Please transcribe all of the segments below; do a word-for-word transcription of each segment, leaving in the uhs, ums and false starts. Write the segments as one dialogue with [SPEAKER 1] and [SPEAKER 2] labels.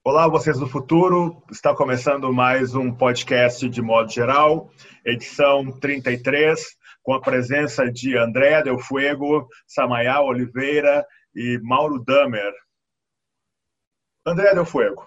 [SPEAKER 1] Olá, vocês do futuro. Está começando mais um podcast de modo geral, edição trinta e três, com a presença de André Del Fuego, Samael Oliveira e Mauro Damer. André Del Fuego.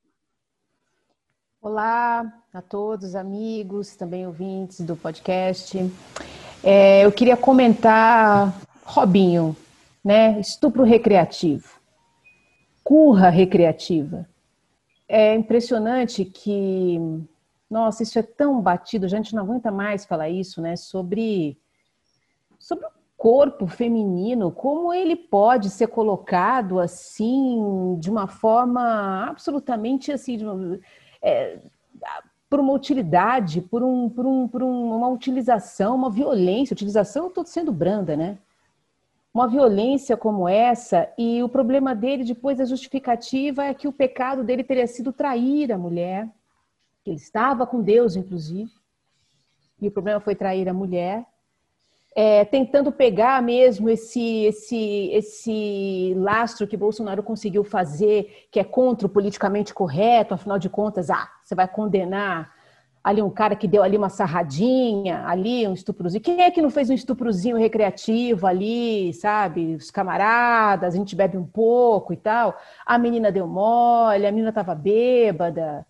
[SPEAKER 2] Olá a todos, amigos, também ouvintes do podcast. É, eu queria comentar Robinho, né? Estupro recreativo, curra recreativa. É impressionante que, nossa, isso é tão batido, a gente não aguenta mais falar isso, né? Sobre, sobre o corpo feminino, como ele pode ser colocado assim, de uma forma absolutamente assim, de uma, é, por uma utilidade, por, um, por, um, por um, uma utilização, uma violência. Utilização, eu estou sendo branda, né? Uma violência como essa, e o problema dele depois, a justificativa é que o pecado dele teria sido trair a mulher, que ele estava com Deus, inclusive, e o problema foi trair a mulher, é, tentando pegar mesmo esse, esse, esse lastro que Bolsonaro conseguiu fazer, que é contra o politicamente correto, afinal de contas, ah, você vai condenar ali um cara que deu ali uma sarradinha, ali um estuprozinho. Quem é que não fez um estuprozinho recreativo ali, sabe? Os camaradas, a gente bebe um pouco e tal. A menina deu mole, a menina estava bêbada.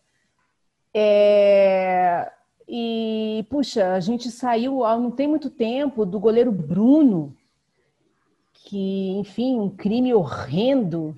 [SPEAKER 2] É... E, puxa, a gente saiu, não tem muito tempo, do goleiro Bruno, que, enfim, um crime horrendo.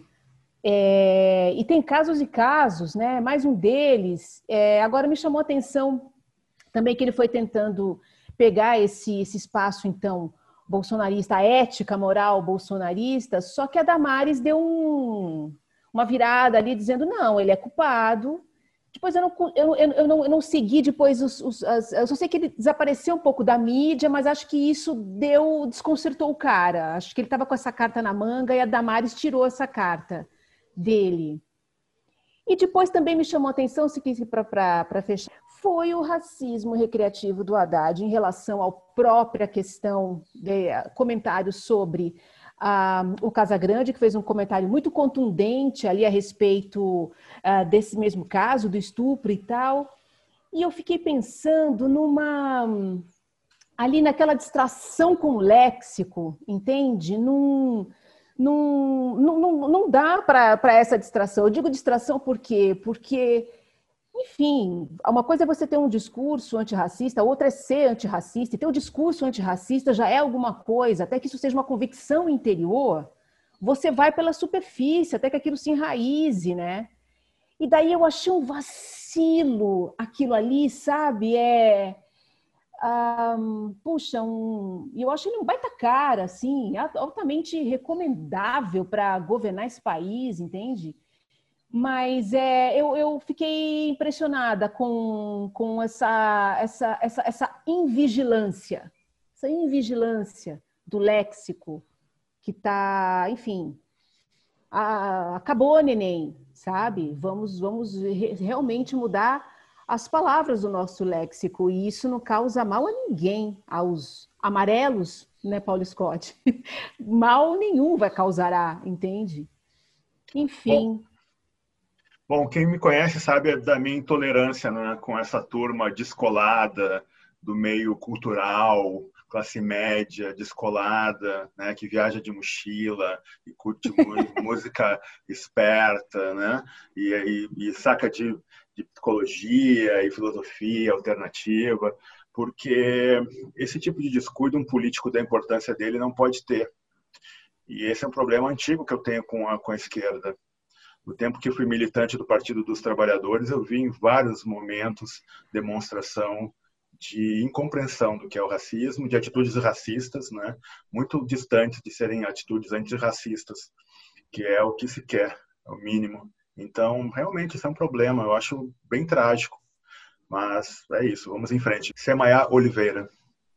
[SPEAKER 2] É, e tem casos e casos, né? Mais um deles. É, agora me chamou a atenção também que ele foi tentando pegar esse, esse espaço, então, bolsonarista, a ética moral bolsonarista, só que a Damares deu um, uma virada ali, dizendo, não, ele é culpado. Depois eu não, eu, eu, eu não, eu não segui depois, os, os, as, eu só sei que ele desapareceu um pouco da mídia, mas acho que isso deu, desconcertou o cara. Acho que ele estava com essa carta na manga e a Damares tirou essa carta dele. E depois também me chamou a atenção, se quis para fechar, foi o racismo recreativo do Haddad em relação à própria questão de comentários sobre ah, o Casagrande, que fez um comentário muito contundente ali a respeito ah, desse mesmo caso, do estupro e tal. E eu fiquei pensando numa... ali naquela distração com o léxico, entende? Num... Não, não, não dá para essa distração. Eu digo distração por quê? Porque, enfim, uma coisa é você ter um discurso antirracista, outra é ser antirracista. E ter um discurso antirracista já é alguma coisa, até que isso seja uma convicção interior, você vai pela superfície, até que aquilo se enraize, né? E daí eu achei um vacilo aquilo ali, sabe? É... Um, puxa, um, eu acho ele um baita cara, assim, altamente recomendável para governar esse país, entende? Mas é, eu, eu fiquei impressionada com, com essa, essa, essa, essa invigilância, essa invigilância do léxico que está, enfim, a, acabou, neném, sabe? Vamos, vamos re, realmente mudar as palavras do nosso léxico, e isso não causa mal a ninguém, aos amarelos, né, Paulo Scott? Mal nenhum vai causar, entende? Enfim.
[SPEAKER 1] Bom, bom, quem me conhece sabe da minha intolerância, né, com essa turma descolada, do meio cultural, classe média, descolada, né, que viaja de mochila e curte música esperta, né, e, e, e saca de de psicologia e filosofia alternativa, porque esse tipo de descuido um político da importância dele não pode ter. E esse é um problema antigo que eu tenho com a, com a esquerda. No tempo que fui militante do Partido dos Trabalhadores, eu vi em vários momentos demonstração de incompreensão do que é o racismo, de atitudes racistas, né? Muito distantes de serem atitudes antirracistas, que é o que se quer, é o mínimo. Então, realmente, isso é um problema. Eu acho bem trágico. Mas é isso. Vamos em frente. Semaia Oliveira.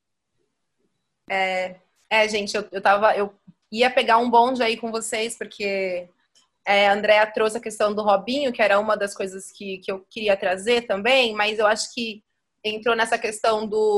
[SPEAKER 3] É, é gente, eu, eu, tava, eu ia pegar um bonde aí com vocês, porque é, a Andrea trouxe a questão do Robinho, que era uma das coisas que, que eu queria trazer também, mas eu acho que entrou nessa questão do,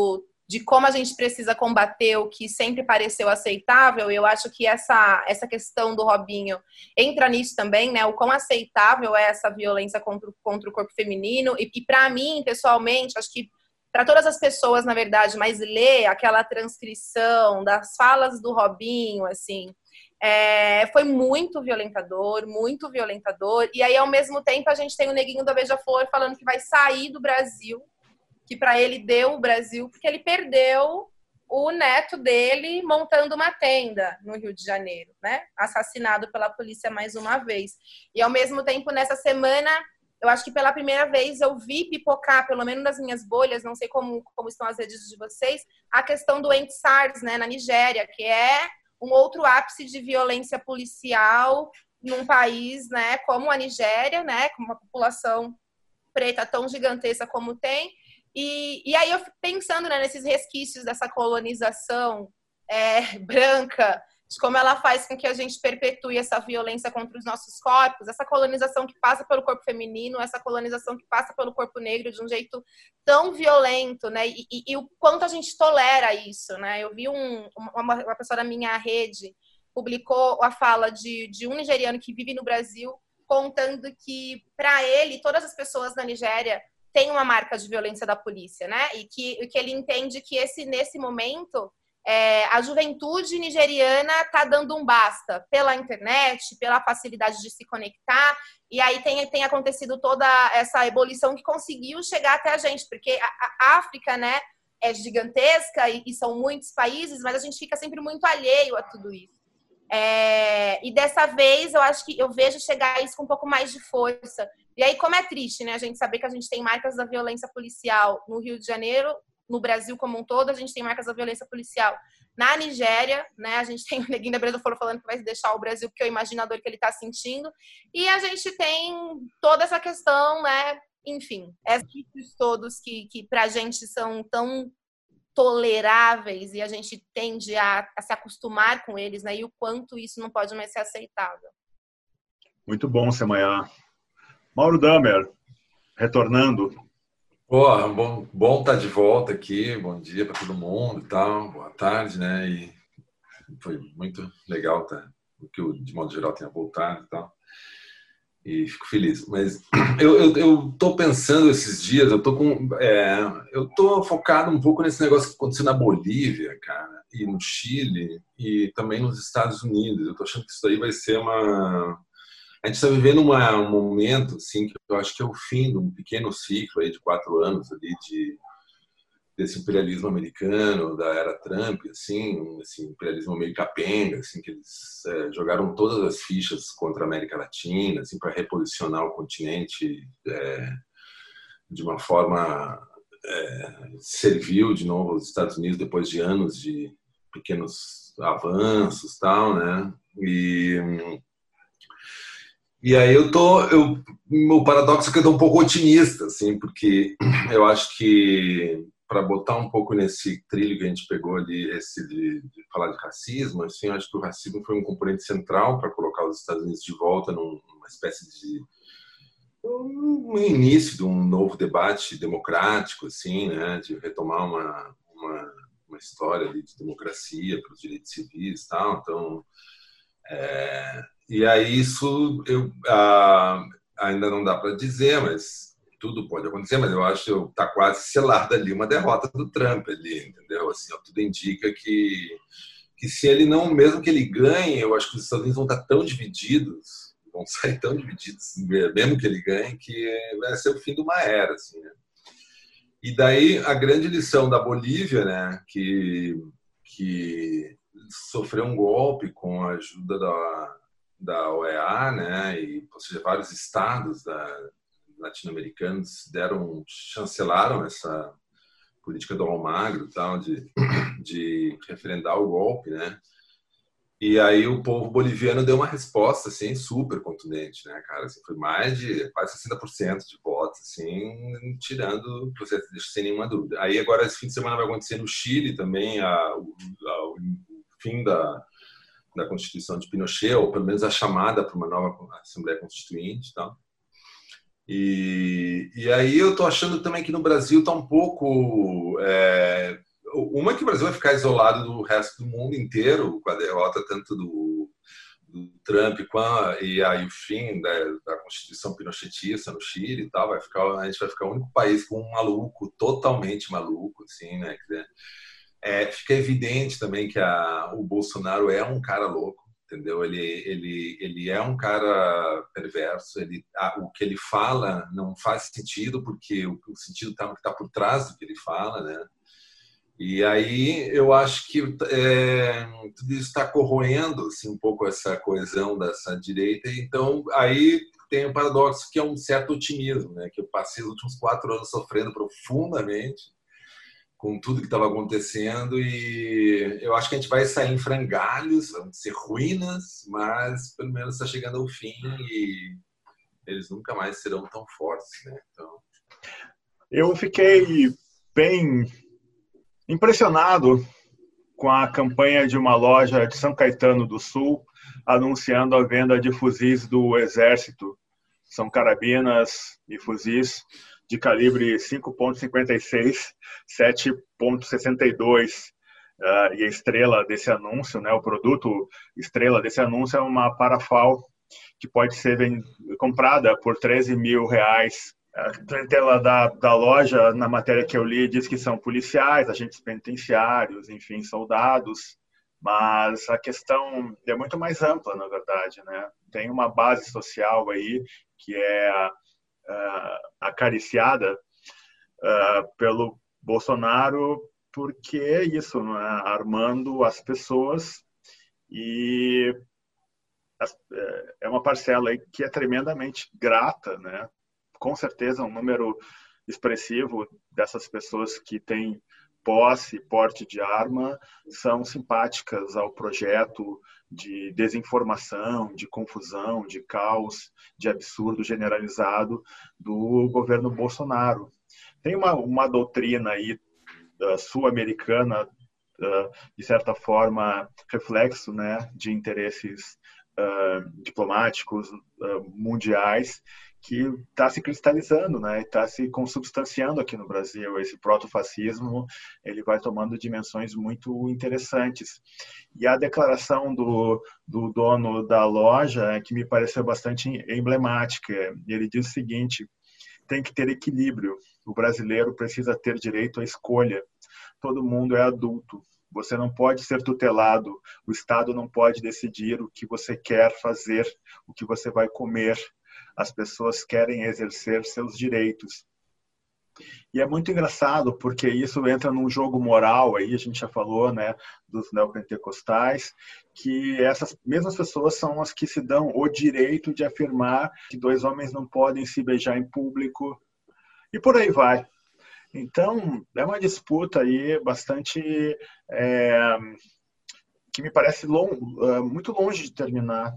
[SPEAKER 3] de como a gente precisa combater o que sempre pareceu aceitável. Eu acho que essa, essa questão do Robinho entra nisso também, né? O quão aceitável é essa violência contra, contra o corpo feminino. E, e para mim, pessoalmente, acho que para todas as pessoas, na verdade, mas ler aquela transcrição das falas do Robinho, assim, é, foi muito violentador, muito violentador. E aí, ao mesmo tempo, a gente tem o neguinho da Beija-Flor falando que vai sair do Brasil, que para ele deu o Brasil, porque ele perdeu o neto dele montando uma tenda no Rio de Janeiro, né? Assassinado pela polícia mais uma vez. E, ao mesmo tempo, nessa semana, eu acho que pela primeira vez eu vi pipocar, pelo menos nas minhas bolhas, não sei como, como estão as redes de vocês, a questão do EndSARS, né, na Nigéria, que é um outro ápice de violência policial num país, né, como a Nigéria, né, com uma população preta tão gigantesca como tem. E, e aí eu fico pensando, né, nesses resquícios dessa colonização é, branca, de como ela faz com que a gente perpetue essa violência contra os nossos corpos, essa colonização que passa pelo corpo feminino, essa colonização que passa pelo corpo negro de um jeito tão violento, né? E, e, e o quanto a gente tolera isso, né? Eu vi um, uma, uma pessoa da minha rede publicou a fala de, de um nigeriano que vive no Brasil, contando que, para ele, todas as pessoas na Nigéria têm uma marca de violência da polícia, né? E que, que ele entende que esse, nesse momento, é, a juventude nigeriana está dando um basta pela internet, pela facilidade de se conectar, e aí tem, tem acontecido toda essa ebulição que conseguiu chegar até a gente, porque a, a África, né, é gigantesca e, e são muitos países, mas a gente fica sempre muito alheio a tudo isso. É, e dessa vez eu acho que eu vejo chegar isso com um pouco mais de força. E aí, como é triste, né, a gente saber que a gente tem marcas da violência policial no Rio de Janeiro, no Brasil como um todo, a gente tem marcas da violência policial na Nigéria, né, a gente tem o neguinho da Beija-Flor falando que vai deixar o Brasil porque eu imagino a dor que ele está sentindo, e a gente tem toda essa questão, né, enfim, esses todos que, que pra gente são tão toleráveis e a gente tende a, a se acostumar com eles, né, e o quanto isso não pode mais ser aceitável.
[SPEAKER 1] Muito bom, Semaia. Mauro Damer, retornando.
[SPEAKER 4] Pô, bom, bom estar de volta aqui, bom dia para todo mundo e tal, boa tarde, né? E foi muito legal tá, que o de modo geral tenha voltado e tal. E fico feliz. Mas eu, eu, eu tô pensando esses dias, eu tô com. É, eu tô focado um pouco nesse negócio que aconteceu na Bolívia, cara, e no Chile, e também nos Estados Unidos. Eu tô achando que isso aí vai ser uma. A gente está vivendo uma, um momento, assim, que eu acho que é o fim de um pequeno ciclo aí de quatro anos ali de, desse imperialismo americano, da era Trump, assim, esse imperialismo meio capenga, assim, que eles é, jogaram todas as fichas contra a América Latina, assim, para reposicionar o continente é, de uma forma é, servil de novo aos Estados Unidos depois de anos de pequenos avanços, tal, né? E E aí eu tô, eu, o paradoxo é que eu tô um pouco otimista, assim, porque eu acho que para botar um pouco nesse trilho que a gente pegou ali, esse de, de falar de racismo, assim, eu acho que o racismo foi um componente central para colocar os Estados Unidos de volta num, numa espécie de um início de um novo debate democrático, assim, né, de retomar uma uma, uma história ali de democracia para os direitos civis, e tal. Então, é, e aí isso eu, ah, ainda não dá para dizer, mas tudo pode acontecer, mas eu acho que está quase selada ali uma derrota do Trump ali, entendeu? Assim, ó, tudo indica que, que se ele não, mesmo que ele ganhe, eu acho que os Estados Unidos vão estar tão divididos, vão sair tão divididos, mesmo que ele ganhe, que vai ser o fim de uma era, assim, né? E daí a grande lição da Bolívia, né, que, que sofreu um golpe com a ajuda da, da O E A, né, e, ou seja, vários estados da, latino-americanos deram, chancelaram essa política do Almagro, tal, de, de referendar o golpe, né? E aí o povo boliviano deu uma resposta assim super contundente, né, cara? Assim, foi mais de quase sessenta por cento de votos, assim, tirando, você deixa sem nenhuma dúvida. Aí agora esse fim de semana vai acontecer no Chile também a, a, o fim da, da Constituição de Pinochet, ou pelo menos a chamada para uma nova Assembleia Constituinte e tal. E, e aí eu tô achando também que no Brasil tá um pouco... É, uma que o Brasil vai ficar isolado do resto do mundo inteiro com a derrota tanto do, do Trump com a, e aí o fim da, da Constituição pinochetista no Chile e tal, vai ficar, a gente vai ficar o único país com um maluco, totalmente maluco, assim, né? Quer dizer, é, fica evidente também que a, o Bolsonaro é um cara louco, entendeu? Ele, ele, ele é um cara perverso, ele, a, o que ele fala não faz sentido, porque o, o sentido está no que está por trás do que ele fala, né? E aí eu acho que é, tudo isso está corroendo assim, um pouco essa coesão dessa direita. Então aí tem um paradoxo que é um certo otimismo, né? Que eu passei os últimos quatro anos sofrendo profundamente com tudo que estava acontecendo e eu acho que a gente vai sair em frangalhos, vão ser ruínas, mas pelo menos está chegando ao fim e eles nunca mais serão tão fortes, né? Então...
[SPEAKER 1] Eu fiquei bem impressionado com a campanha de uma loja de São Caetano do Sul anunciando a venda de fuzis do Exército. São carabinas e fuzis de calibre cinco ponto cinquenta e seis, sete ponto sessenta e dois. Uh, e a estrela desse anúncio, né, o produto estrela desse anúncio é uma Parafal que pode ser comprada por treze mil reais. A clientela da, da loja, na matéria que eu li, diz que são policiais, agentes penitenciários, enfim, soldados, mas a questão é muito mais ampla, na verdade, né? Tem uma base social aí que é uh, acariciada uh, pelo Bolsonaro, porque é isso, né? Armando as pessoas e é uma parcela aí que é tremendamente grata, né? Com certeza um número expressivo dessas pessoas que têm posse, porte de arma, são simpáticas ao projeto de desinformação, de confusão, de caos, de absurdo generalizado do governo Bolsonaro. Tem uma, uma doutrina aí uh, sul-americana, uh, de certa forma, reflexo, né, de interesses uh, diplomáticos uh, mundiais, que está se cristalizando, né? Está se consubstanciando aqui no Brasil. Esse protofascismo ele vai tomando dimensões muito interessantes. E a declaração do, do dono da loja, que me pareceu bastante emblemática, ele diz o seguinte: tem que ter equilíbrio. O brasileiro precisa ter direito à escolha. Todo mundo é adulto. Você não pode ser tutelado. O Estado não pode decidir o que você quer fazer, o que você vai comer. As pessoas querem exercer seus direitos. E é muito engraçado, porque isso entra num jogo moral, aí a gente já falou, né, dos neopentecostais, que essas mesmas pessoas são as que se dão o direito de afirmar que dois homens não podem se beijar em público, e por aí vai. Então, é uma disputa aí bastante... É, que me parece long, muito longe de terminar.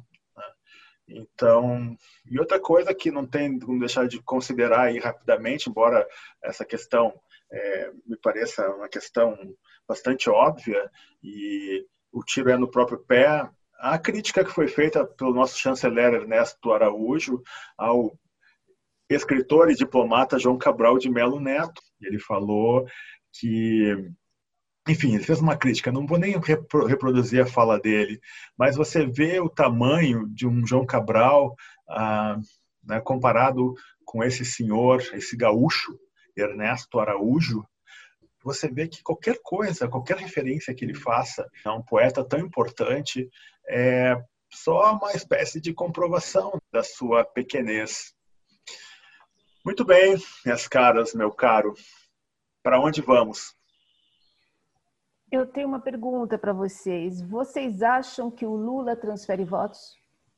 [SPEAKER 1] Então, e outra coisa que não tem como deixar de considerar aí rapidamente, embora essa questão é, me pareça uma questão bastante óbvia e o tiro é no próprio pé, a crítica que foi feita pelo nosso chanceler Ernesto Araújo ao escritor e diplomata João Cabral de Melo Neto. Ele falou que... Enfim, ele fez uma crítica, não vou nem reproduzir a fala dele, mas você vê o tamanho de um João Cabral ah, né, comparado com esse senhor, esse gaúcho, Ernesto Araújo, você vê que qualquer coisa, qualquer referência que ele faça a um poeta tão importante é só uma espécie de comprovação da sua pequenez. Muito bem, minhas caras, meu caro, para onde vamos?
[SPEAKER 2] Eu tenho uma pergunta para vocês. Vocês acham que o Lula transfere votos?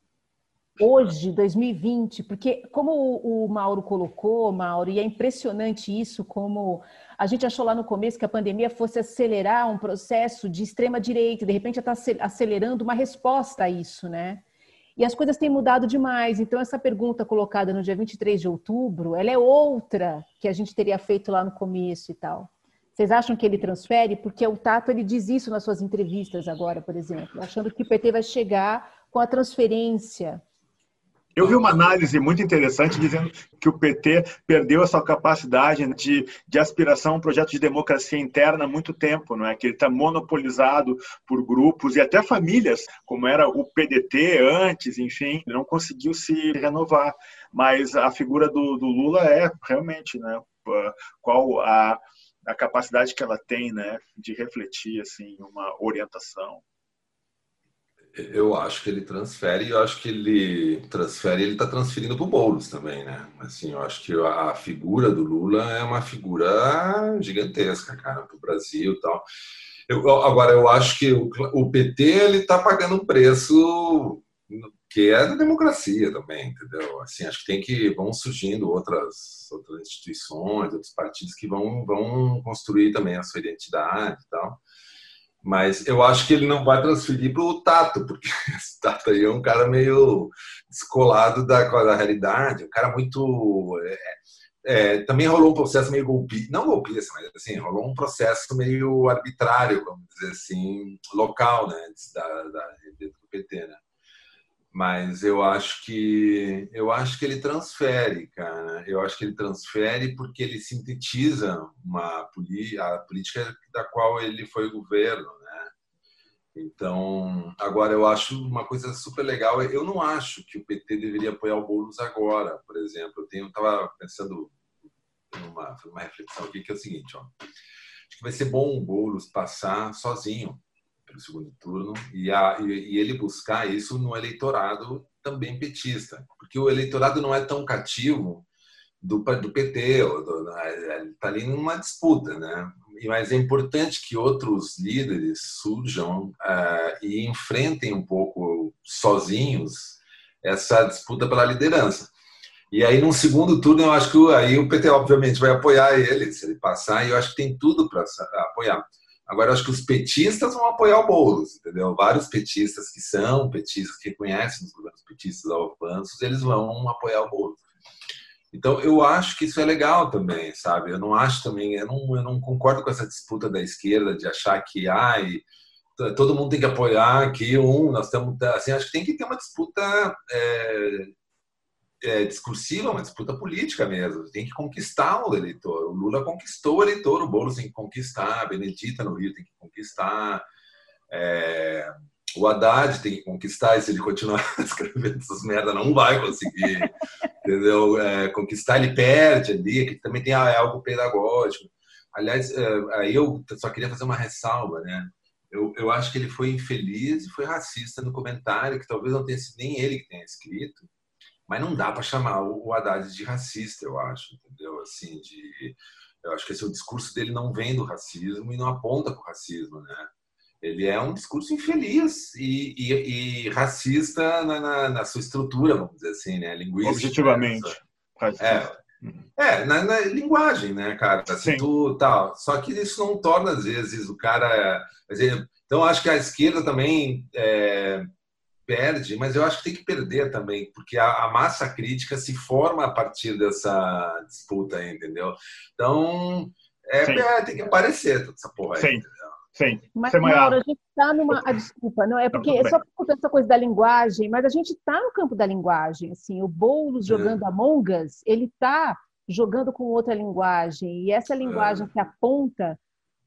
[SPEAKER 2] Hoje, dois mil e vinte, porque como o Mauro colocou, Mauro, e é impressionante isso, como a gente achou lá no começo que a pandemia fosse acelerar um processo de extrema-direita, de repente já está acelerando uma resposta a isso, né? E as coisas têm mudado demais. Então, essa pergunta colocada no dia vinte e três de outubro, ela é outra que a gente teria feito lá no começo e tal. Vocês acham que ele transfere? Porque o Tato ele diz isso nas suas entrevistas agora, por exemplo, achando que o P T vai chegar com a transferência.
[SPEAKER 1] Eu vi uma análise muito interessante dizendo que o P T perdeu a sua capacidade de, de aspiração a um projeto de democracia interna há muito tempo, não é? Que ele está monopolizado por grupos e até famílias, como era o P D T antes, enfim, não conseguiu se renovar. Mas a figura do, do Lula é realmente, né? Qual a, a capacidade que ela tem, né? De refletir assim uma orientação.
[SPEAKER 4] Eu acho que ele transfere, eu acho que ele transfere, ele está transferindo para o Boulos também, né? Assim, eu acho que a figura do Lula é uma figura gigantesca, cara, para o Brasil e tal. Eu, agora, eu acho que o, o P T ele está pagando um preço que é da democracia também, entendeu? Assim, acho que tem que vão surgindo outras outras instituições, outros partidos que vão vão construir também a sua identidade e tal. Mas eu acho que ele não vai transferir para o Tato, porque esse Tato aí é um cara meio descolado da, da realidade, um cara muito... É, é, também rolou um processo meio golpista, não golpista, mas assim, rolou um processo meio arbitrário, vamos dizer assim, local, né, da, da, dentro do P T, né? Mas eu acho que eu acho que ele transfere, cara. Eu acho que ele transfere porque ele sintetiza uma a política da qual ele foi governo, né? Então, agora eu acho uma coisa super legal. Eu não acho que o P T deveria apoiar o Boulos agora, por exemplo. Eu tenho, estava pensando numa uma reflexão aqui que é o seguinte, ó. Acho que vai ser bom o Boulos passar sozinho pelo segundo turno e, a, e ele buscar isso no eleitorado também petista, porque o eleitorado não é tão cativo do, do P T, ele está ali numa disputa, né? Mas é importante que outros líderes surjam uh, e enfrentem um pouco sozinhos essa disputa pela liderança. E aí, num segundo turno, eu acho que aí o P T, obviamente, vai apoiar ele, se ele passar, e eu acho que tem tudo para apoiar. Agora, eu acho que os petistas vão apoiar o Boulos, entendeu? Vários petistas que são petistas, que conhecem os governos petistas avanços, eles vão apoiar o Boulos. Então, eu acho que isso é legal também, sabe? Eu não acho também, eu não, eu não concordo com essa disputa da esquerda de achar que, ai, todo mundo tem que apoiar aqui um, nós estamos, assim, acho que tem que ter uma disputa é, é, discursiva, uma disputa política mesmo. Tem que conquistar o eleitor. O Lula conquistou o eleitor, o Boulos tem que conquistar, a Benedita no Rio tem que conquistar, é, o Haddad tem que conquistar, e se ele continuar escrevendo essas merdas, não vai conseguir, entendeu? É, conquistar, ele perde ali, que também tem algo pedagógico. Aliás, aí eu só queria fazer uma ressalva, né? Eu, eu acho que ele foi infeliz e foi racista no comentário, que talvez não tenha sido nem ele que tenha escrito, mas não dá para chamar o Haddad de racista, eu acho, entendeu? Assim, de, eu acho que esse o discurso dele não vem do racismo e não aponta para o racismo, né? Ele é um discurso infeliz e, e, e racista na, na, na sua estrutura, vamos dizer assim, né? Linguística.
[SPEAKER 1] Objetivamente.
[SPEAKER 4] Né? É, é na, na linguagem, né, cara? Assim, tu, tal. Só que isso não torna, às vezes, o cara... Então, acho que a esquerda também é, perde, mas eu acho que tem que perder também, porque a, a massa crítica se forma a partir dessa disputa aí, entendeu? Então, é, é, tem que aparecer toda essa porra aí,
[SPEAKER 1] Sim.
[SPEAKER 4] entendeu?
[SPEAKER 1] Sim.
[SPEAKER 2] Mas, Mauro, a gente está numa... Ah, desculpa, não, é porque é só por essa coisa da linguagem, mas a gente está no campo da linguagem, assim, o Boulos jogando é. Among Us, ele está jogando com outra linguagem, e essa linguagem é. que aponta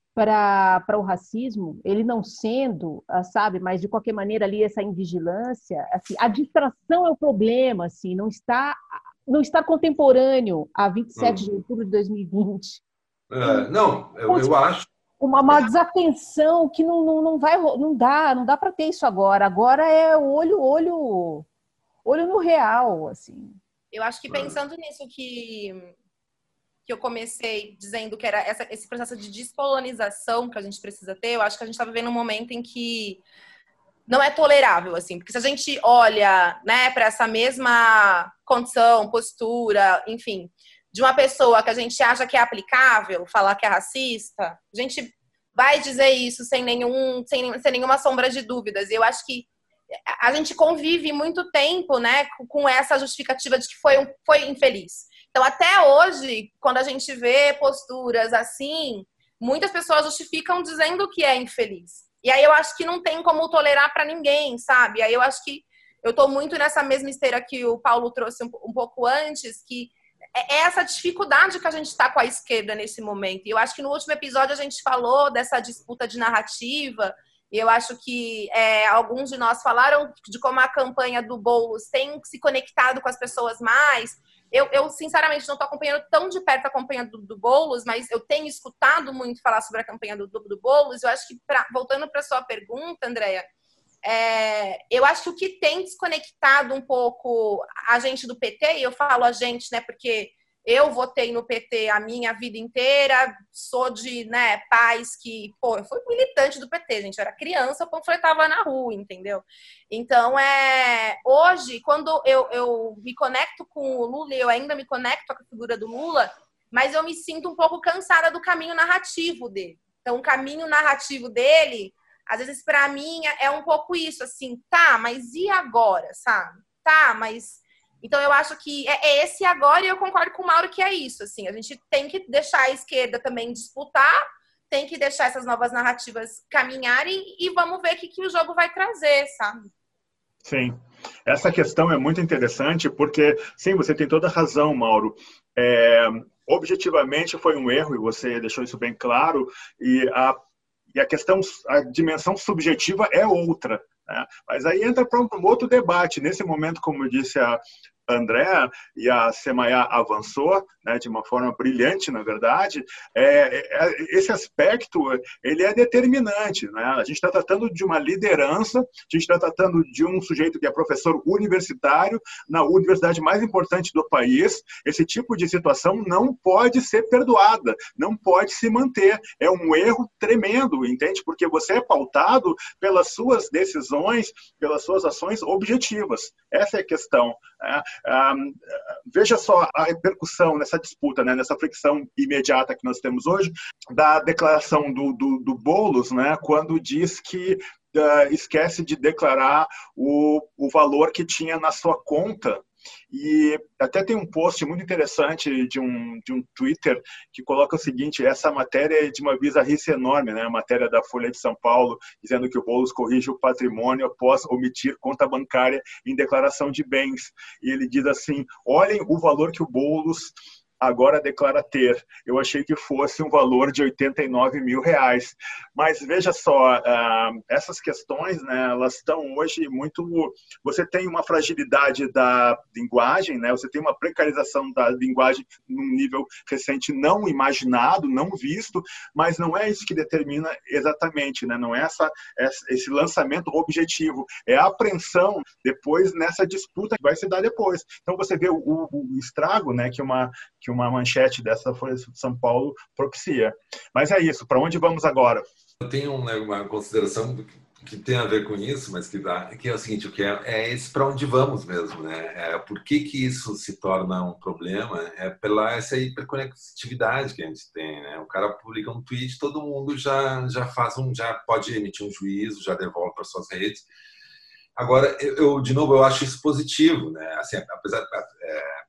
[SPEAKER 2] para o racismo, ele não sendo, sabe, mas de qualquer maneira ali essa invigilância, assim, a distração é o problema, assim, não está, não está contemporâneo a vinte e sete hum. de outubro de dois mil e vinte.
[SPEAKER 4] É, não, eu, eu acho
[SPEAKER 2] Uma, uma desatenção que não, não, não vai, não dá, não dá para ter isso agora. Agora é olho, olho, olho no real, assim.
[SPEAKER 3] Eu acho que pensando nisso que, que eu comecei dizendo que era essa, esse processo de descolonização que a gente precisa ter, eu acho que a gente está vivendo um momento em que não é tolerável, assim, porque se a gente olha, né, para essa mesma condição, postura, enfim, de uma pessoa que a gente acha que é aplicável, falar que é racista, a gente vai dizer isso sem, nenhum, sem, sem nenhuma sombra de dúvidas. E eu acho que a gente convive muito tempo, né, com essa justificativa de que foi, um, foi infeliz. Então, até hoje, quando a gente vê posturas assim, muitas pessoas justificam dizendo que é infeliz. E aí eu acho que não tem como tolerar para ninguém, sabe? Aí eu acho que eu estou muito nessa mesma esteira que o Paulo trouxe um, um pouco antes, que é essa dificuldade que a gente está com a esquerda nesse momento. E eu acho que no último episódio a gente falou dessa disputa de narrativa, e eu acho que é, alguns de nós falaram de como a campanha do Boulos tem se conectado com as pessoas mais. Eu, eu sinceramente, não estou acompanhando tão de perto a campanha do, do Boulos, mas eu tenho escutado muito falar sobre a campanha do, do, do Boulos. Eu acho que, pra, voltando para a sua pergunta, Andréia, é, eu acho que o que tem desconectado um pouco a gente do P T, e eu falo a gente, né, porque eu votei no P T a minha vida inteira, sou de, né, pais que, pô, eu fui militante do P T, gente, eu era criança, eu panfletava na rua, entendeu? Então, é, hoje, quando eu, eu me conecto com o Lula, eu ainda me conecto com a figura do Lula, mas eu me sinto um pouco cansada do caminho narrativo dele. Então, o caminho narrativo dele, às vezes, para mim, é um pouco isso, assim, tá, mas e agora, sabe? Tá, mas... Então, eu acho que é esse agora, e eu concordo com o Mauro que é isso, assim, a gente tem que deixar a esquerda também disputar, tem que deixar essas novas narrativas caminharem e vamos ver o que, que o jogo vai trazer, sabe?
[SPEAKER 1] Sim, essa questão é muito interessante porque, sim, você tem toda a razão, Mauro. É, objetivamente foi um erro, e você deixou isso bem claro, e a, e a questão, a dimensão subjetiva é outra. Né? Mas aí entra para um outro debate. Nesse momento, como eu disse a Andréa, e a Semaia avançou, né, de uma forma brilhante, na verdade, é, é, esse aspecto ele é determinante. Né? A gente está tratando de uma liderança, a gente está tratando de um sujeito que é professor universitário na universidade mais importante do país. Esse tipo de situação não pode ser perdoada, não pode se manter. É um erro tremendo, entende? Porque você é pautado pelas suas decisões, pelas suas ações objetivas. Essa é a questão. Né? Um, veja só a repercussão nessa disputa, né, nessa fricção imediata que nós temos hoje, da declaração do, do, do Boulos, né, quando diz que uh, esquece de declarar o, o valor que tinha na sua conta. E até tem um post muito interessante de um, de um Twitter que coloca o seguinte: essa matéria é de uma bizarrice enorme, né? A matéria da Folha de São Paulo, dizendo que o Boulos corrige o patrimônio após omitir conta bancária em declaração de bens. E ele diz assim: olhem o valor que o Boulos agora declara ter. Eu achei que fosse um valor de oitenta e nove mil reais. Mas veja só, uh, essas questões, né, elas estão hoje muito... Você tem uma fragilidade da linguagem, né, você tem uma precarização da linguagem num nível recente não imaginado, não visto, mas não é isso que determina exatamente, né, não é essa, esse lançamento objetivo, é a apreensão depois nessa disputa que vai se dar depois. Então você vê o, o, o estrago, né, que uma... que uma manchete dessa Folha de São Paulo propicia. Mas é isso, para onde vamos agora?
[SPEAKER 4] Eu tenho, né, uma consideração que tem a ver com isso, mas que, dá, que é o seguinte, o que é, é esse para onde vamos mesmo, né? É, por que que isso se torna um problema? É pela essa hiperconectividade que a gente tem, né? O cara publica um tweet, todo mundo já, já faz um, já pode emitir um juízo, já devolve para suas redes. Agora, eu, eu de novo, eu acho isso positivo, né? Assim, apesar é,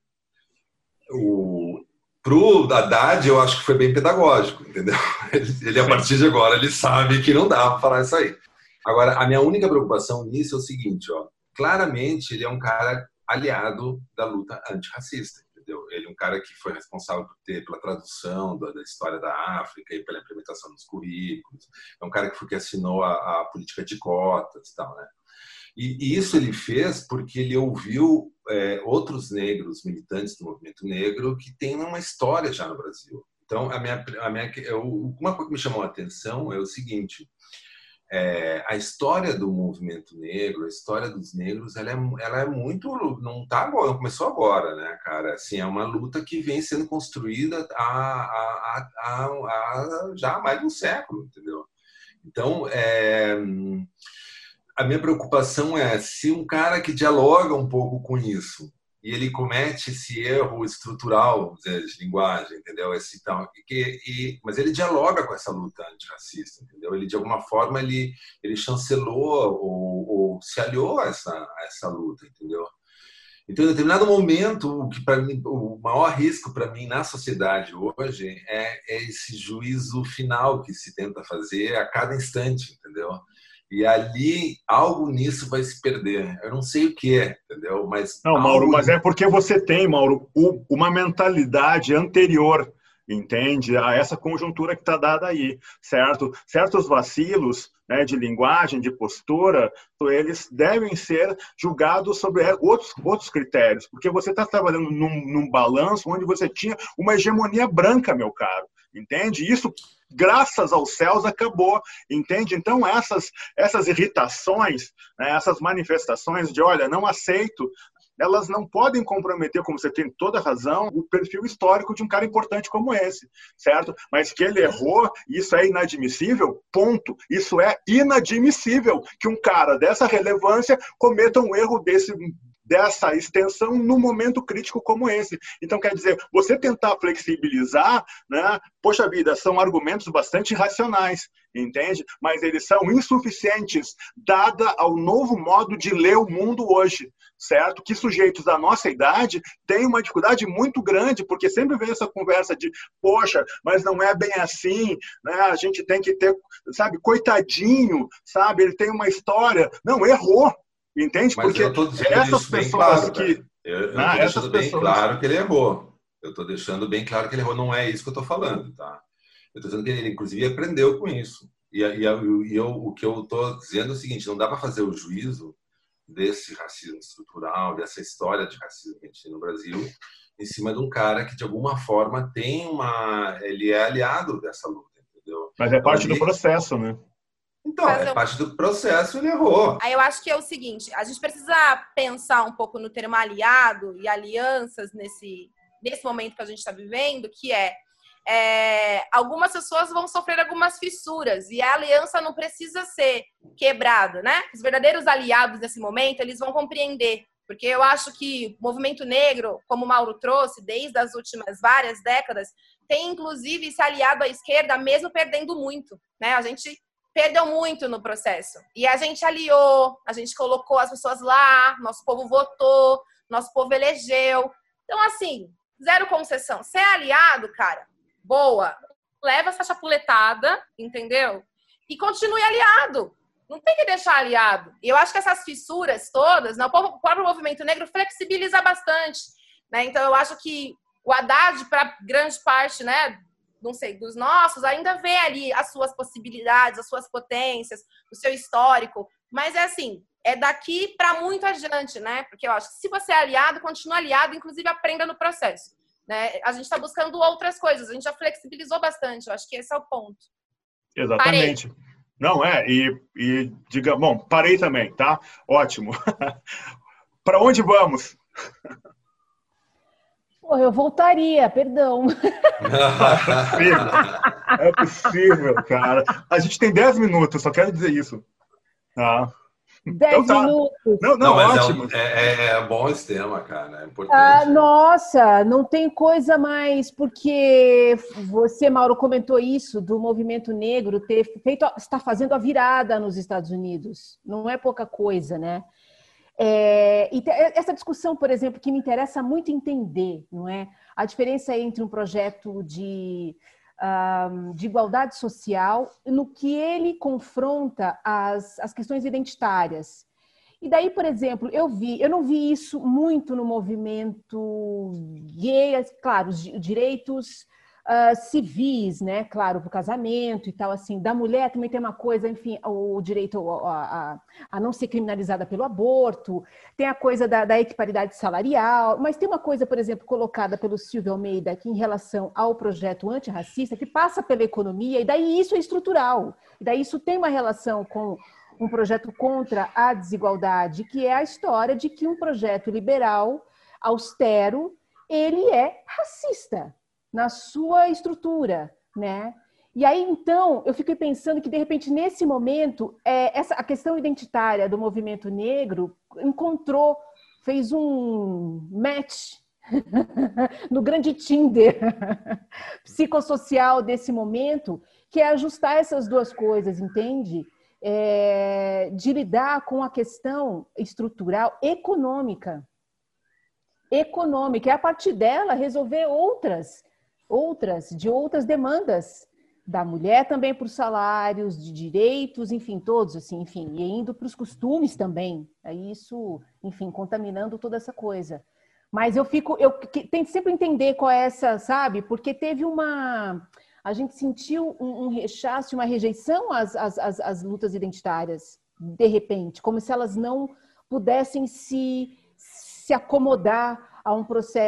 [SPEAKER 4] o pro Haddad, eu acho que foi bem pedagógico, entendeu? Ele, ele, a partir de agora, ele sabe que não dá para falar isso aí. Agora, a minha única preocupação nisso é o seguinte, ó, claramente ele é um cara aliado da luta antirracista, entendeu? Ele é um cara que foi responsável por ter, pela tradução da, da história da África e pela implementação dos currículos, é um cara que foi que assinou a, a política de cotas e tal, né? E isso ele fez porque ele ouviu é, outros negros militantes do movimento negro que têm uma história já no Brasil. Então, a minha, a minha, eu, uma coisa que me chamou a atenção é o seguinte, é, a história do movimento negro, a história dos negros, ela é, ela é muito... Não, tá agora, não começou agora, né, cara? Assim, é uma luta que vem sendo construída há, há, há, há já há mais de um século, entendeu? Então, é... a minha preocupação é se um cara que dialoga um pouco com isso e ele comete esse erro estrutural de linguagem, entendeu? Esse tal, que, e, mas ele dialoga com essa luta antirracista, entendeu? Ele de alguma forma ele ele chancelou ou, ou se aliou a essa a essa luta, entendeu? Então, em determinado momento, o que para mim o maior risco para mim na sociedade hoje é, é esse juízo final que se tenta fazer a cada instante, entendeu? E ali, algo nisso vai se perder. Eu não sei o que é, entendeu? Mas
[SPEAKER 1] não, Mauro,
[SPEAKER 4] algo...
[SPEAKER 1] mas é porque você tem, Mauro, uma mentalidade anterior, entende? A essa conjuntura que está dada aí, certo? Certos vacilos, né, de linguagem, de postura, eles devem ser julgados sobre outros, outros critérios, porque você está trabalhando num, num balanço onde você tinha uma hegemonia branca, meu caro, entende? Isso, graças aos céus, acabou, entende? Então, essas, essas irritações, né, essas manifestações de, olha, não aceito, elas não podem comprometer, como você tem toda a razão, o perfil histórico de um cara importante como esse, certo? Mas que ele errou, isso é inadmissível, ponto. Isso é inadmissível que um cara dessa relevância cometa um erro desse, dessa extensão num momento crítico como esse. Então, quer dizer, você tentar flexibilizar, né? Poxa vida, são argumentos bastante racionais, entende? Mas eles são insuficientes, dada ao novo modo de ler o mundo hoje, certo? Que sujeitos da nossa idade têm uma dificuldade muito grande, porque sempre vem essa conversa de, poxa, mas não é bem assim, né? A gente tem que ter, sabe, coitadinho, sabe? Ele tem uma história. Não, errou, entende?
[SPEAKER 4] Mas
[SPEAKER 1] porque
[SPEAKER 4] eu estou deixando
[SPEAKER 1] essas
[SPEAKER 4] isso bem
[SPEAKER 1] pessoas
[SPEAKER 4] claro,
[SPEAKER 1] que...
[SPEAKER 4] Eu estou
[SPEAKER 1] né,
[SPEAKER 4] deixando bem
[SPEAKER 1] pessoas...
[SPEAKER 4] claro que ele errou. Eu estou deixando bem claro que ele errou. Não é isso que eu estou falando, tá? Eu estou dizendo que ele, inclusive, aprendeu com isso. E, e, e eu, o que eu estou dizendo é o seguinte, não dá para fazer o juízo desse racismo estrutural, dessa história de racismo que a gente tem no Brasil, em cima de um cara que, de alguma forma, tem uma... Ele é aliado dessa luta, entendeu?
[SPEAKER 1] Mas é parte
[SPEAKER 4] então, ali...
[SPEAKER 1] do processo, né?
[SPEAKER 4] Então, é parte do processo, ele errou.
[SPEAKER 3] Aí eu acho que é o seguinte, a gente precisa pensar um pouco no termo aliado e alianças nesse, nesse momento que a gente está vivendo, que é, é, algumas pessoas vão sofrer algumas fissuras e a aliança não precisa ser quebrada, né? Os verdadeiros aliados nesse momento, eles vão compreender, porque eu acho que o movimento negro, como o Mauro trouxe, desde as últimas várias décadas, tem inclusive se aliado à esquerda, mesmo perdendo muito, né? A gente perdeu muito no processo. E a gente aliou, a gente colocou as pessoas lá, nosso povo votou, nosso povo elegeu. Então, assim, zero concessão. Ser aliado, cara, boa. Leva essa chapuletada, entendeu? E continue aliado. Não tem que deixar aliado. E eu acho que essas fissuras todas, né, o próprio movimento negro flexibiliza bastante, né? Então, eu acho que o Haddad, para grande parte, né, não sei, dos nossos, ainda vê ali as suas possibilidades, as suas potências, o seu histórico, mas é assim, é daqui para muito adiante, né? Porque eu acho que se você é aliado, continua aliado, inclusive aprenda no processo, né? A gente está buscando outras coisas, a gente já flexibilizou bastante, eu acho que esse é o ponto.
[SPEAKER 1] Exatamente. Parei. Não, é, e, e diga, bom, parei também, tá? Ótimo. Para onde vamos?
[SPEAKER 2] Eu voltaria, perdão.
[SPEAKER 1] É possível, é possível, cara. A gente tem dez minutos, só quero dizer isso. Tá.
[SPEAKER 2] dez então, tá. minutos.
[SPEAKER 1] Não, não, não ótimo.
[SPEAKER 4] É, é, é bom esse tema, cara. É importante.
[SPEAKER 2] Ah, nossa, não tem coisa mais, porque você, Mauro, comentou isso do movimento negro ter feito, está fazendo a virada nos Estados Unidos. Não é pouca coisa, né? É, e essa discussão, por exemplo, que me interessa muito entender, não é? A diferença entre um projeto de, um, de igualdade social no que ele confronta as, as questões identitárias. E daí, por exemplo, eu vi, eu não vi isso muito no movimento gay, claro, os direitos uh, civis, né? Claro, para o casamento e tal, assim, da mulher também tem uma coisa, enfim, o direito a, a, a não ser criminalizada pelo aborto, tem a coisa da, da equiparidade salarial, mas tem uma coisa, por exemplo, colocada pelo Silvio Almeida aqui em relação ao projeto antirracista, que passa pela economia, e daí isso é estrutural, e daí isso tem uma relação com um projeto contra a desigualdade, que é a história de que um projeto liberal, austero, ele é racista na sua estrutura, né? E aí, então, eu fiquei pensando que, de repente, nesse momento, é, essa, a questão identitária do movimento negro encontrou, fez um match no grande Tinder psicossocial desse momento, que é ajustar essas duas coisas, entende? É, de lidar com a questão estrutural econômica. Econômica. E a partir dela resolver outras, outras, de outras demandas da mulher também por salários, de direitos, enfim, todos, assim, enfim, e indo para os costumes também, é isso, enfim, contaminando toda essa coisa. Mas eu fico, eu tento sempre entender qual é essa, sabe? Porque teve uma, a gente sentiu um, um rechaço, uma rejeição às, às, às, às lutas identitárias, de repente, como se elas não pudessem se, se acomodar a um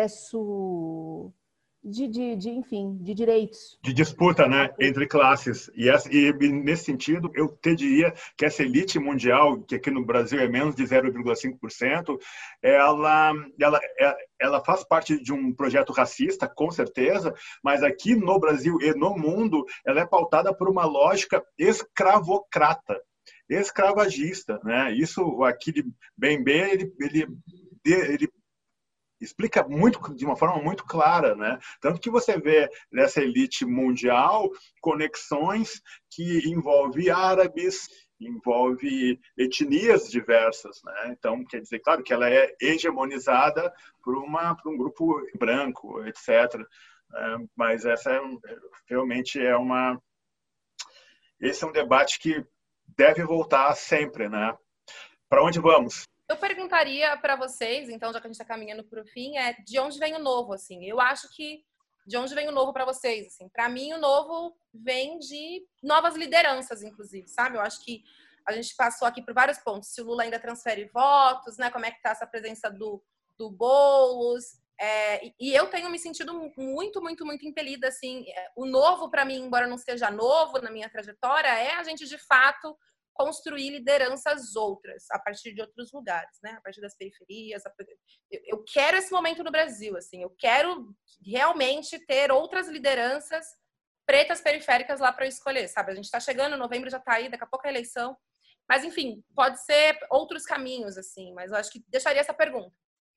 [SPEAKER 2] processo de, de, de, enfim, de direitos.
[SPEAKER 1] De disputa, né, entre classes. E, essa, e nesse sentido, eu te diria que essa elite mundial, que aqui no Brasil é menos de zero vírgula cinco por cento, ela, ela, ela faz parte de um projeto racista, com certeza, mas aqui no Brasil e no mundo, ela é pautada por uma lógica escravocrata, escravagista, né? Isso aqui de Bembe, ele, ele, ele explica muito, de uma forma muito clara, né? Tanto que você vê nessa elite mundial conexões que envolvem árabes, envolve etnias diversas, né? Então, quer dizer, claro que ela é hegemonizada por, uma, por um grupo branco, etcétera. É, mas essa é, realmente é uma... Esse é um debate que deve voltar sempre, né? Para onde vamos?
[SPEAKER 3] Eu perguntaria para vocês, então, já que a gente está caminhando para o fim, é de onde vem o novo, assim? Eu acho que de onde vem o novo para vocês, assim? Para mim, o novo vem de novas lideranças, inclusive, sabe? Eu acho que a gente passou aqui por vários pontos. Se o Lula ainda transfere votos, né? Como é que está essa presença do, do Boulos? É, e eu tenho me sentido muito, muito, muito impelida, assim. O novo, para mim, embora não seja novo na minha trajetória, é a gente, de fato, construir lideranças outras, a partir de outros lugares, né? A partir das periferias. Eu quero esse momento no Brasil, assim. Eu quero realmente ter outras lideranças pretas periféricas lá para eu escolher, sabe? A gente está chegando, novembro já está aí, daqui a pouco é a eleição. Mas, enfim, pode ser outros caminhos, assim. Mas eu acho que deixaria essa pergunta.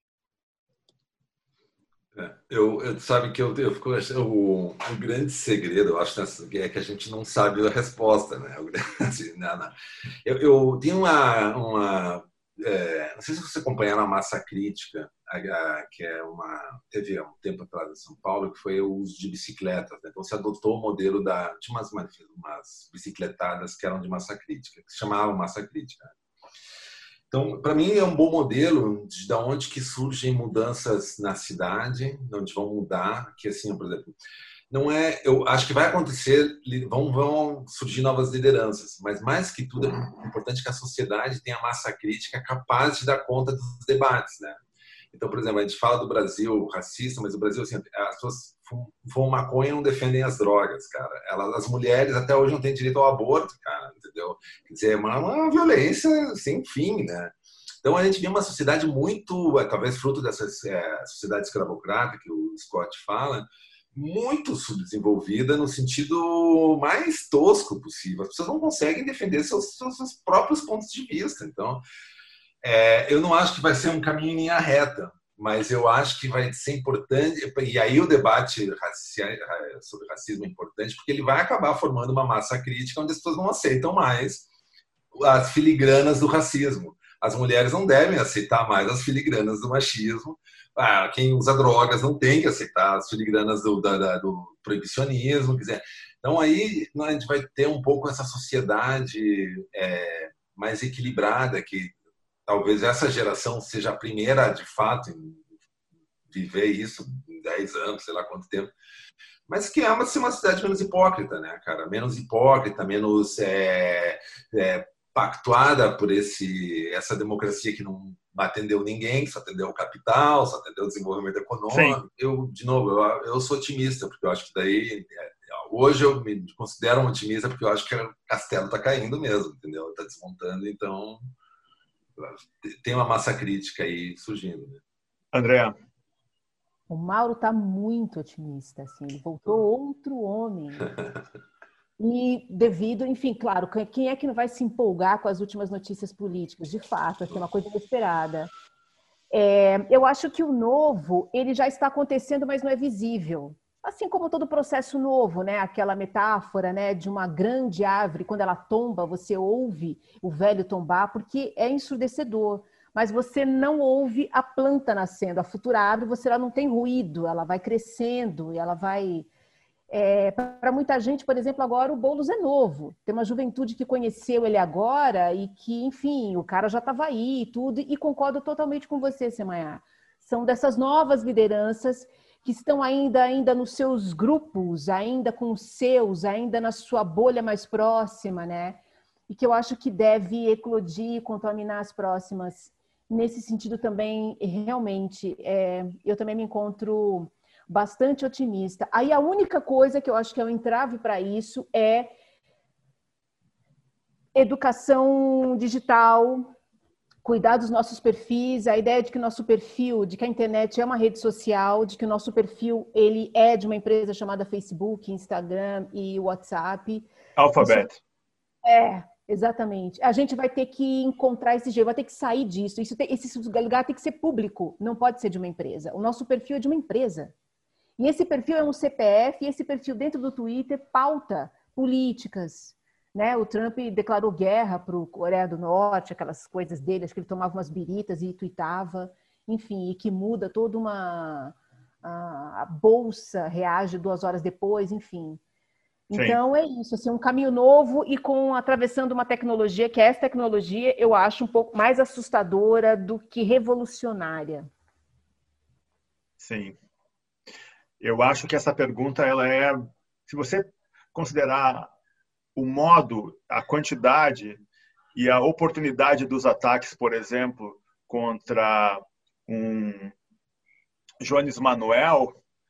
[SPEAKER 4] É, eu, eu sabe que eu, eu fico achando o, o grande segredo, eu acho, é que a gente não sabe a resposta, né? Assim, não, não. Eu, eu tenho uma, uma é, não sei se você acompanharam a Massa Crítica, a, a, que é uma teve há um tempo atrás em São Paulo, que foi o uso de bicicletas, né? Então se adotou o modelo da tinha umas, umas bicicletadas que eram de massa crítica, que se chamavam Massa Crítica. Então, para mim, é um bom modelo de onde que surgem mudanças na cidade, onde vão mudar, que assim, por exemplo, não é, eu acho que vai acontecer, vão, vão surgir novas lideranças, mas mais que tudo é importante que a sociedade tenha massa crítica capaz de dar conta dos debates, né? Então, por exemplo, a gente fala do Brasil racista, mas o Brasil, assim, as pessoas fumam maconha e não defendem as drogas, cara. Elas, as mulheres até hoje não têm direito ao aborto, cara, entendeu? Quer dizer, é uma, uma violência sem fim, né? Então, a gente vê uma sociedade muito, talvez fruto dessa é, sociedade escravocrata que o Scott fala, muito subdesenvolvida no sentido mais tosco possível. As pessoas não conseguem defender seus, seus próprios pontos de vista. Então, É, eu não acho que vai ser um caminho em linha reta, mas eu acho que vai ser importante, e aí o debate racial, sobre racismo é importante, porque ele vai acabar formando uma massa crítica onde as pessoas não aceitam mais as filigranas do racismo. As mulheres não devem aceitar mais as filigranas do machismo. Ah, quem usa drogas não tem que aceitar as filigranas do, da, do proibicionismo. Quer dizer. Então aí a gente vai ter um pouco essa sociedade é, mais equilibrada, que talvez essa geração seja a primeira, de fato, em viver isso em dez anos, sei lá quanto tempo. Mas que é uma, uma cidade menos hipócrita, né, cara? Menos hipócrita, menos é, é, pactuada por esse, essa democracia que não atendeu ninguém, só atendeu o capital, só atendeu o desenvolvimento econômico. Sim. Eu, de novo, eu, eu sou otimista, porque eu acho que daí... Hoje eu me considero um otimista, porque eu acho que o castelo está caindo mesmo, entendeu? Está desmontando, então... tem uma massa crítica aí surgindo. Né?
[SPEAKER 1] Andréa.
[SPEAKER 2] O Mauro está muito otimista, assim, ele voltou outro homem. E devido, enfim, claro, quem é que não vai se empolgar com as últimas notícias políticas? De fato, assim, uma coisa inesperada. É, eu acho que o novo, ele já está acontecendo, mas não é visível. Assim como todo processo novo, né? Aquela metáfora, né, de uma grande árvore, quando ela tomba, você ouve o velho tombar, porque é ensurdecedor. Mas você não ouve a planta nascendo. A futura árvore, você ela não tem ruído, ela vai crescendo, e ela vai... É, para muita gente, por exemplo, agora o Boulos é novo. Tem uma juventude que conheceu ele agora e que, enfim, o cara já estava aí e tudo. E concordo totalmente com você, Semaia. São dessas novas lideranças que estão ainda, ainda nos seus grupos, ainda com os seus, ainda na sua bolha mais próxima, né? E que eu acho que deve eclodir, contaminar as próximas. Nesse sentido também, realmente, é, eu também me encontro bastante otimista. Aí a única coisa que eu acho que é um entrave para isso é educação digital, cuidar dos nossos perfis, a ideia de que o nosso perfil, de que a internet é uma rede social, de que o nosso perfil ele é de uma empresa chamada Facebook, Instagram e WhatsApp.
[SPEAKER 1] Alphabet.
[SPEAKER 2] Isso, é, exatamente. A gente vai ter que encontrar esse jeito, vai ter que sair disso. Isso tem, esse lugar tem que ser público, não pode ser de uma empresa. O nosso perfil é de uma empresa. E esse perfil é um C P F, e esse perfil dentro do Twitter pauta políticas. Né? O Trump declarou guerra para o Coreia do Norte, aquelas coisas dele, acho que ele tomava umas biritas e tweetava, enfim, e que muda toda uma... A, a bolsa reage duas horas depois, enfim. Então Sim. é isso, assim, um caminho novo e com atravessando uma tecnologia, que essa tecnologia eu acho um pouco mais assustadora do que revolucionária.
[SPEAKER 1] Sim. Eu acho que essa pergunta, ela é, se você considerar o modo, a quantidade e a oportunidade dos ataques, por exemplo, contra um Jones Manuel,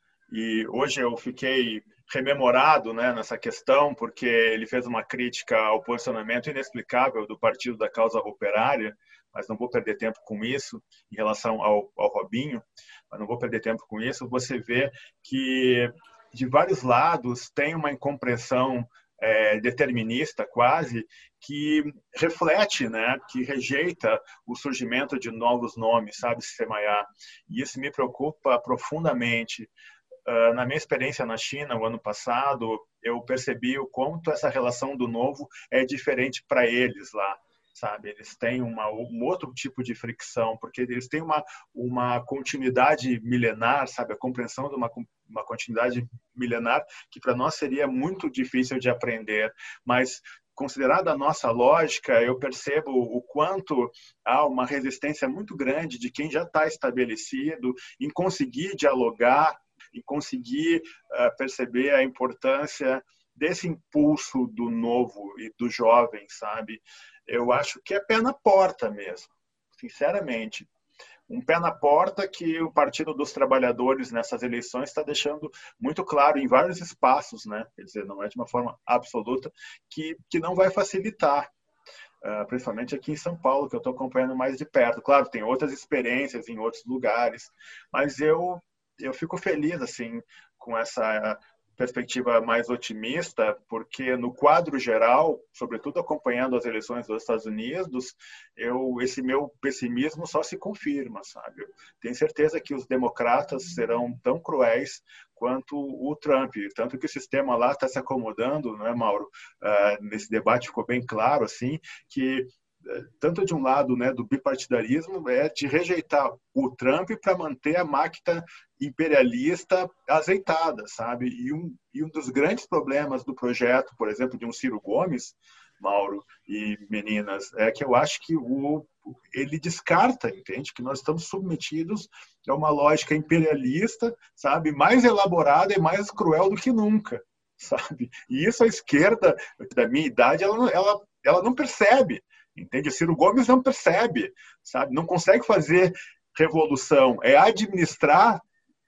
[SPEAKER 1] e hoje eu fiquei rememorado, né, nessa questão, porque ele fez uma crítica ao posicionamento inexplicável do Partido da Causa Operária, mas não vou perder tempo com isso, em relação ao, ao Robinho, mas não vou perder tempo com isso. Você vê que, de vários lados, tem uma incompreensão é, determinista, quase, que reflete, né, que rejeita o surgimento de novos nomes, sabe, Semaia? E isso me preocupa profundamente. Uh, na minha experiência na China, o ano passado, eu percebi o quanto essa relação do novo é diferente para eles lá, sabe? Eles têm uma, um outro tipo de fricção, porque eles têm uma, uma continuidade milenar, sabe? A compreensão de uma, uma continuidade milenar que para nós seria muito difícil de aprender, mas considerada a nossa lógica, eu percebo o quanto há uma resistência muito grande de quem já está estabelecido em conseguir dialogar, em conseguir uh, perceber a importância desse impulso do novo e do jovem, sabe? Eu acho que é pé na porta mesmo, sinceramente. Um pé na porta que o Partido dos Trabalhadores nessas eleições está deixando muito claro em vários espaços, né? Quer dizer, não é de uma forma absoluta, que, que não vai facilitar. Uh, principalmente aqui em São Paulo, que eu estou acompanhando mais de perto. Claro, tem outras experiências em outros lugares, mas eu, eu fico feliz assim, com essa perspectiva mais otimista, porque no quadro geral, sobretudo acompanhando as eleições dos Estados Unidos, eu, esse meu pessimismo só se confirma, sabe? Eu tenho certeza que os democratas serão tão cruéis quanto o Trump, tanto que o sistema lá está se acomodando, não é, Mauro? Uh, nesse debate ficou bem claro, assim, que tanto de um lado, né, do bipartidarismo, é de rejeitar o Trump para manter a máquina imperialista azeitada, sabe? E um, e um dos grandes problemas do projeto, por exemplo, de um Ciro Gomes, Mauro e meninas, é que eu acho que o, ele descarta, entende? Que nós estamos submetidos a uma lógica imperialista, sabe? Mais elaborada e mais cruel do que nunca, sabe? E isso a esquerda, da minha idade, ela, ela, ela não percebe. Entende? O Ciro Gomes não percebe, sabe? Não consegue fazer revolução. É administrar,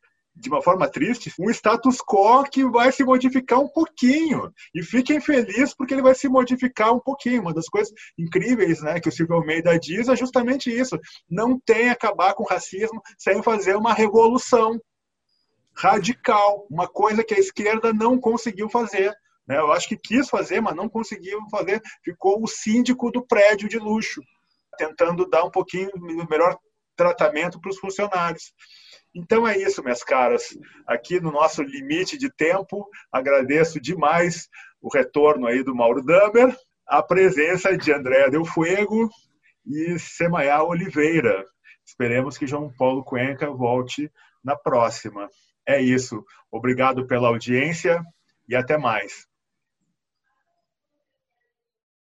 [SPEAKER 1] de uma forma triste, um status quo que vai se modificar um pouquinho. E fiquem felizes porque ele vai se modificar um pouquinho. Uma das coisas incríveis, né, que o Silvio Almeida diz é justamente isso. Não tem acabar com o racismo sem fazer uma revolução radical. Uma coisa que a esquerda não conseguiu fazer. Eu acho que quis fazer, mas não conseguiu fazer. Ficou o síndico do prédio de luxo, tentando dar um pouquinho melhor tratamento para os funcionários. Então é isso, minhas caras. Aqui no nosso limite de tempo, agradeço demais o retorno aí do Mauro Damer, a presença de Andréa Del Fuego e Semaia Oliveira. Esperemos que João Paulo Cuenca volte na próxima. É isso. Obrigado pela audiência. e até mais.